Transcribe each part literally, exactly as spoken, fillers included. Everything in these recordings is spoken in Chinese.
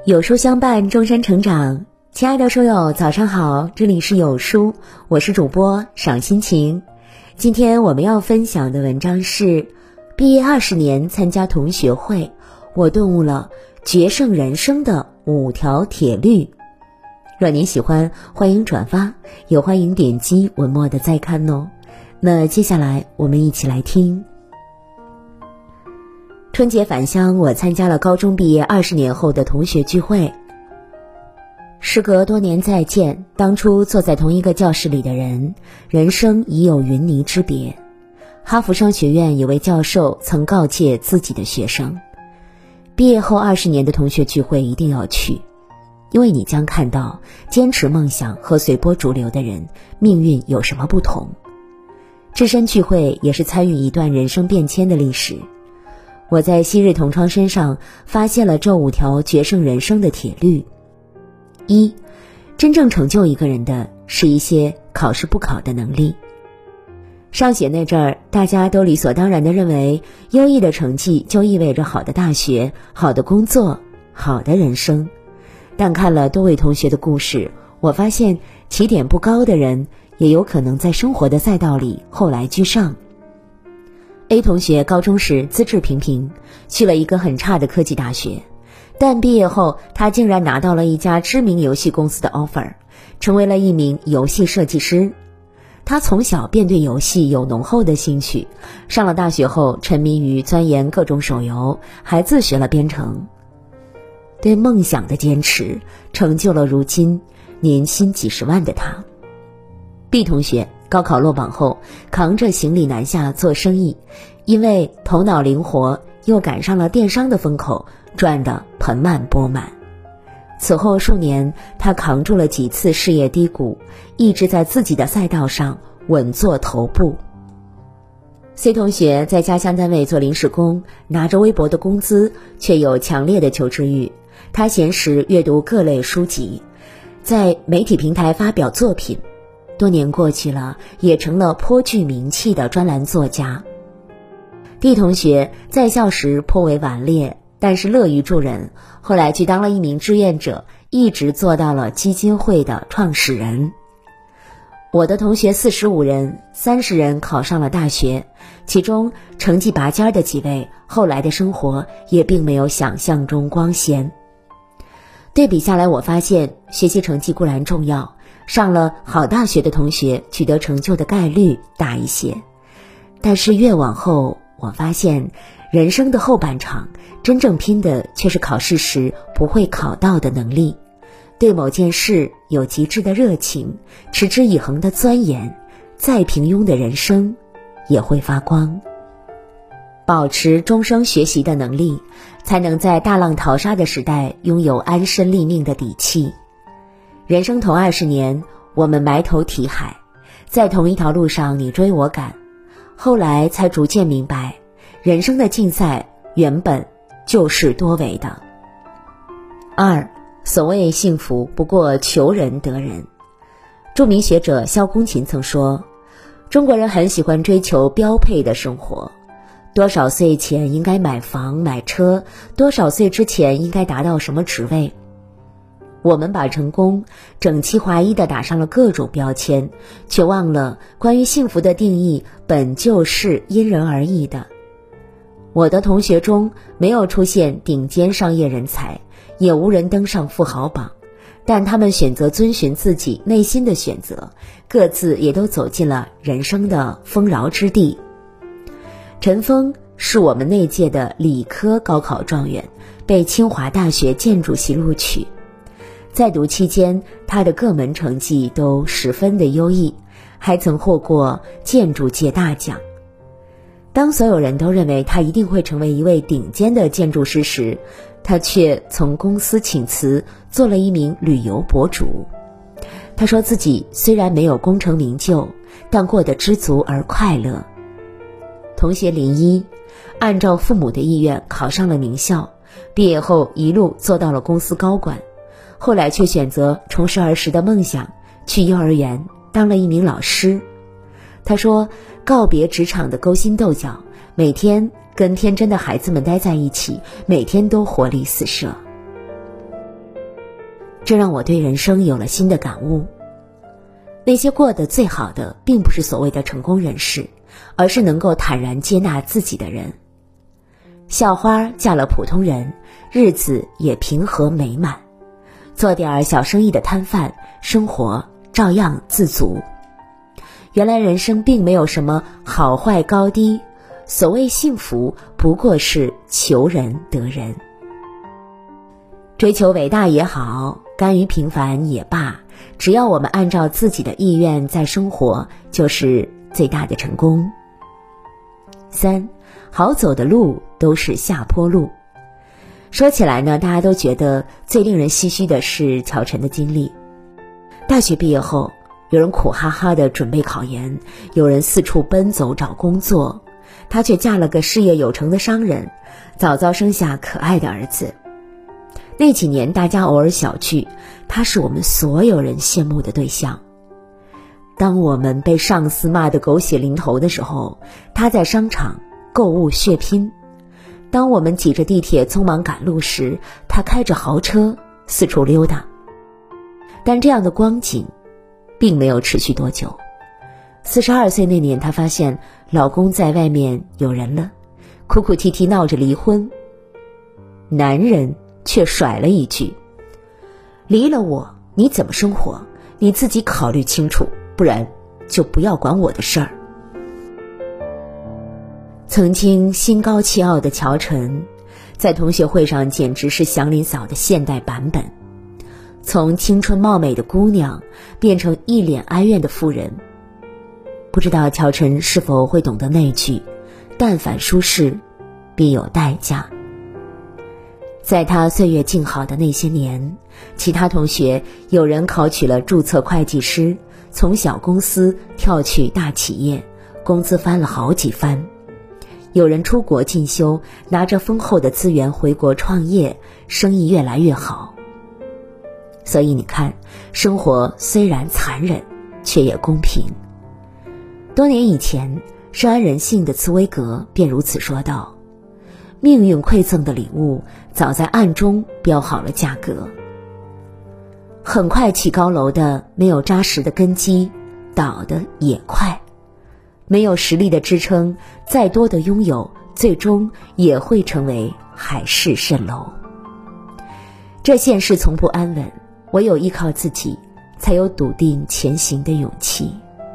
有书相伴，终身成长。亲爱的书友，早上好，这里是有书，我是主播赏心情。今天我们要分享的文章是毕业二十年参加同学会，我顿悟了决胜人生的五条铁律。若您喜欢，欢迎转发，也欢迎点击文末的再看哦。那接下来我们一起来听。春节返乡，我参加了高中毕业二十年后的同学聚会。时隔多年再见，当初坐在同一个教室里的人，人生已有云泥之别。哈佛商学院有位教授曾告诫自己的学生，毕业后二十年的同学聚会一定要去，因为你将看到坚持梦想和随波逐流的人命运有什么不同。置身聚会也是参与一段人生变迁的历史。我在昔日同窗身上发现了这五条决胜人生的铁律。一，真正成就一个人的是一些考试不考的能力。上学那阵儿，大家都理所当然地认为优异的成绩就意味着好的大学、好的工作、好的人生。但看了多位同学的故事，我发现起点不高的人也有可能在生活的赛道里后来居上。A 同学高中时资质平平，去了一个很差的科技大学，但毕业后他竟然拿到了一家知名游戏公司的 offer， 成为了一名游戏设计师。他从小便对游戏有浓厚的兴趣，上了大学后沉迷于钻研各种手游，还自学了编程。对梦想的坚持成就了如今年薪几十万的他。B 同学高考落榜后扛着行李南下做生意，因为头脑灵活，又赶上了电商的风口，赚得盆满钵满。此后数年，他扛住了几次事业低谷，一直在自己的赛道上稳坐头部。C 同学在家乡单位做临时工，拿着微薄的工资，却有强烈的求知欲。他闲时阅读各类书籍，在媒体平台发表作品，多年过去了，也成了颇具名气的专栏作家。D 同学在校时颇为顽劣，但是乐于助人，后来去当了一名志愿者，一直做到了基金会的创始人。我的同学四十五人，三十人考上了大学，其中成绩拔尖的几位，后来的生活也并没有想象中光鲜。对比下来，我发现学习成绩固然重要，上了好大学的同学取得成就的概率大一些，但是越往后，我发现人生的后半场真正拼的却是考试时不会考到的能力。对某件事有极致的热情，持之以恒的钻研，再平庸的人生也会发光。保持终生学习的能力，才能在大浪淘沙的时代拥有安身立命的底气。人生头二十年，我们埋头题海，在同一条路上你追我赶，后来才逐渐明白，人生的竞赛原本就是多维的。二，所谓幸福不过求人得人。著名学者萧公琴曾说，中国人很喜欢追求标配的生活，多少岁前应该买房买车，多少岁之前应该达到什么职位。我们把成功整齐划一地打上了各种标签，却忘了关于幸福的定义本就是因人而异的。我的同学中没有出现顶尖商业人才，也无人登上富豪榜，但他们选择遵循自己内心的选择，各自也都走进了人生的丰饶之地。陈峰是我们那届的理科高考状元，被清华大学建筑系录取。在读期间，他的各门成绩都十分的优异，还曾获过建筑界大奖。当所有人都认为他一定会成为一位顶尖的建筑师时，他却从公司请辞，做了一名旅游博主。他说自己虽然没有功成名就，但过得知足而快乐。同学林一按照父母的意愿考上了名校，毕业后一路做到了公司高管，后来却选择重拾儿时的梦想，去幼儿园当了一名老师。他说，告别职场的勾心斗角，每天跟天真的孩子们待在一起，每天都活力四射。 这让我对人生有了新的感悟。那些过得最好的并不是所谓的成功人士，而是能够坦然接纳自己的人。校花嫁了普通人，日子也平和美满，做点小生意的摊贩，生活照样自足。原来人生并没有什么好坏高低，所谓幸福不过是求人得人。追求伟大也好，甘于平凡也罢，只要我们按照自己的意愿在生活，就是最大的成功。三，好走的路都是下坡路。说起来呢，大家都觉得最令人唏嘘的是乔晨的经历。大学毕业后，有人苦哈哈地准备考研，有人四处奔走找工作，她却嫁了个事业有成的商人，早早生下可爱的儿子。那几年大家偶尔小聚，她是我们所有人羡慕的对象。当我们被上司骂得狗血淋头的时候，她在商场购物血拼；当我们挤着地铁匆忙赶路时，她开着豪车四处溜达。但这样的光景并没有持续多久。四十二岁那年，她发现老公在外面有人了，哭哭啼啼闹着离婚。男人却甩了一句：离了我你怎么生活，你自己考虑清楚，不然就不要管我的事儿。曾经心高气傲的乔晨，在同学会上简直是祥林嫂的现代版本，从青春貌美的姑娘变成一脸哀怨的妇人。不知道乔晨是否会懂得那句但凡舒适必有代价。在他岁月静好的那些年，其他同学有人考取了注册会计师，从小公司跳去大企业，工资翻了好几番；有人出国进修，拿着丰厚的资源回国创业，生意越来越好。所以你看，生活虽然残忍，却也公平。多年以前，深谙人性的茨威格便如此说道：命运馈赠的礼物早在暗中标好了价格。很快起高楼的没有扎实的根基，倒的也快。没有实力的支撑，再多的拥有最终也会成为海市蜃楼。这现实从不安稳，唯有依靠自己，才有笃定前行的勇气。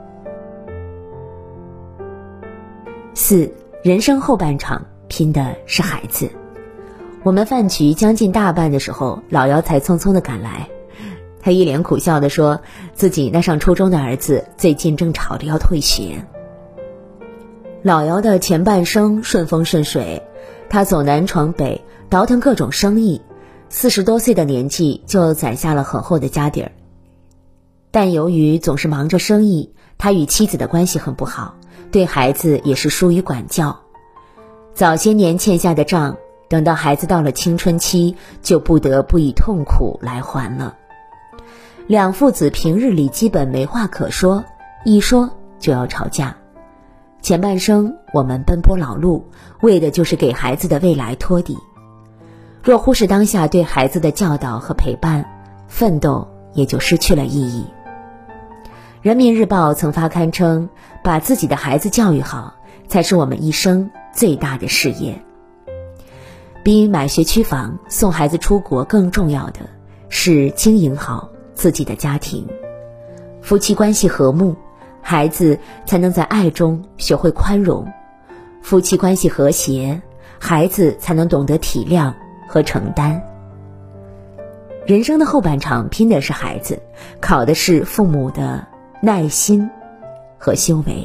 四，人生后半场拼的是孩子。我们饭局将近大半的时候，老姚才匆匆地赶来。他一脸苦笑地说，自己那上初中的儿子最近正吵着要退学。老姚的前半生顺风顺水，他走南闯北，倒腾各种生意，四十多岁的年纪就攒下了很厚的家底儿。但由于总是忙着生意，他与妻子的关系很不好，对孩子也是疏于管教。早些年欠下的账，等到孩子到了青春期，就不得不以痛苦来还了。两父子平日里基本没话可说，一说就要吵架。前半生我们奔波劳碌，为的就是给孩子的未来托底。若忽视当下对孩子的教导和陪伴，奋斗也就失去了意义。人民日报曾发刊称，把自己的孩子教育好，才是我们一生最大的事业。比买学区房、送孩子出国更重要的是经营好自己的家庭。夫妻关系和睦，孩子才能在爱中学会宽容；夫妻关系和谐，孩子才能懂得体谅和承担。人生的后半场拼的是孩子，考的是父母的耐心和修为。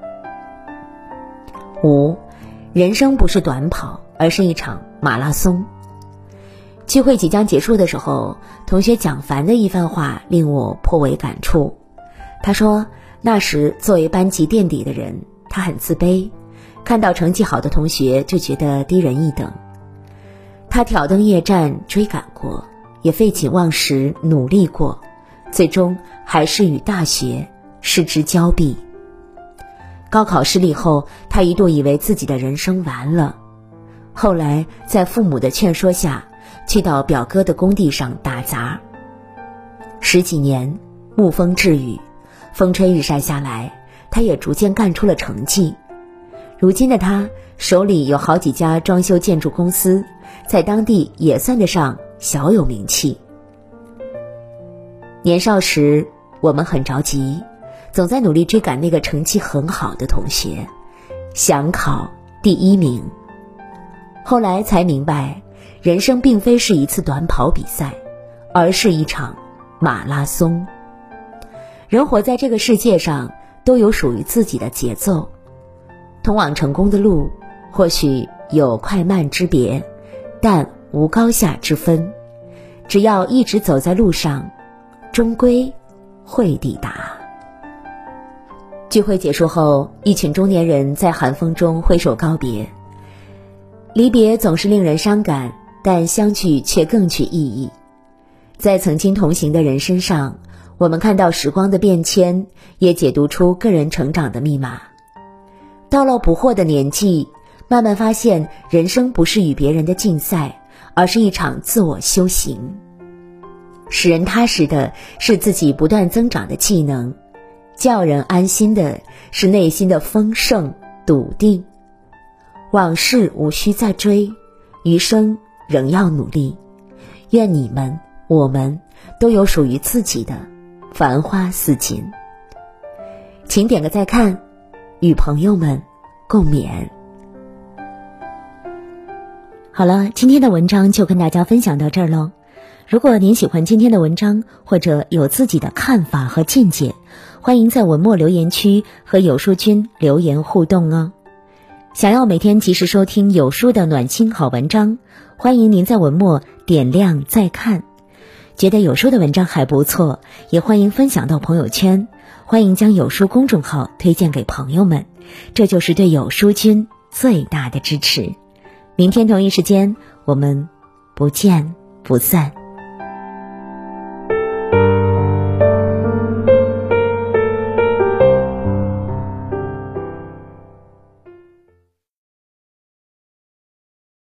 五，人生不是短跑，而是一场马拉松。聚会即将结束的时候，同学蒋凡的一番话令我颇为感触。他说，那时作为班级垫底的人，他很自卑，看到成绩好的同学就觉得低人一等。他挑灯夜战追赶过，也废寝忘食努力过，最终还是与大学失之交臂。高考失利后，他一度以为自己的人生完了，后来在父母的劝说下，去到表哥的工地上打杂。 十几年，沐风栉雨，风吹日晒下来，他也逐渐干出了成绩。如今的他手里有好几家装修建筑公司，在当地也算得上小有名气。年少时，我们很着急，总在努力追赶那个成绩很好的同学，想考第一名。后来才明白，人生并非是一次短跑比赛，而是一场马拉松。人活在这个世界上，都有属于自己的节奏。通往成功的路，或许有快慢之别，但无高下之分。只要一直走在路上，终归会抵达。聚会结束后，一群中年人在寒风中挥手告别。离别总是令人伤感，但相聚却更具意义。在曾经同行的人身上，我们看到时光的变迁，也解读出个人成长的密码。到了不惑的年纪，慢慢发现人生不是与别人的竞赛，而是一场自我修行。使人踏实的是自己不断增长的技能，叫人安心的是内心的丰盛笃定。往事无需再追，余生仍要努力。愿你们我们都有属于自己的繁花似锦。请点个再看，与朋友们共勉。好了，今天的文章就跟大家分享到这儿咯。如果您喜欢今天的文章，或者有自己的看法和见解，欢迎在文末留言区和有书君留言互动哦。想要每天及时收听有书的暖心好文章，欢迎您在文末点亮再看。觉得有书的文章还不错，也欢迎分享到朋友圈，欢迎将有书公众号推荐给朋友们，这就是对有书君最大的支持。明天同一时间，我们不见不散。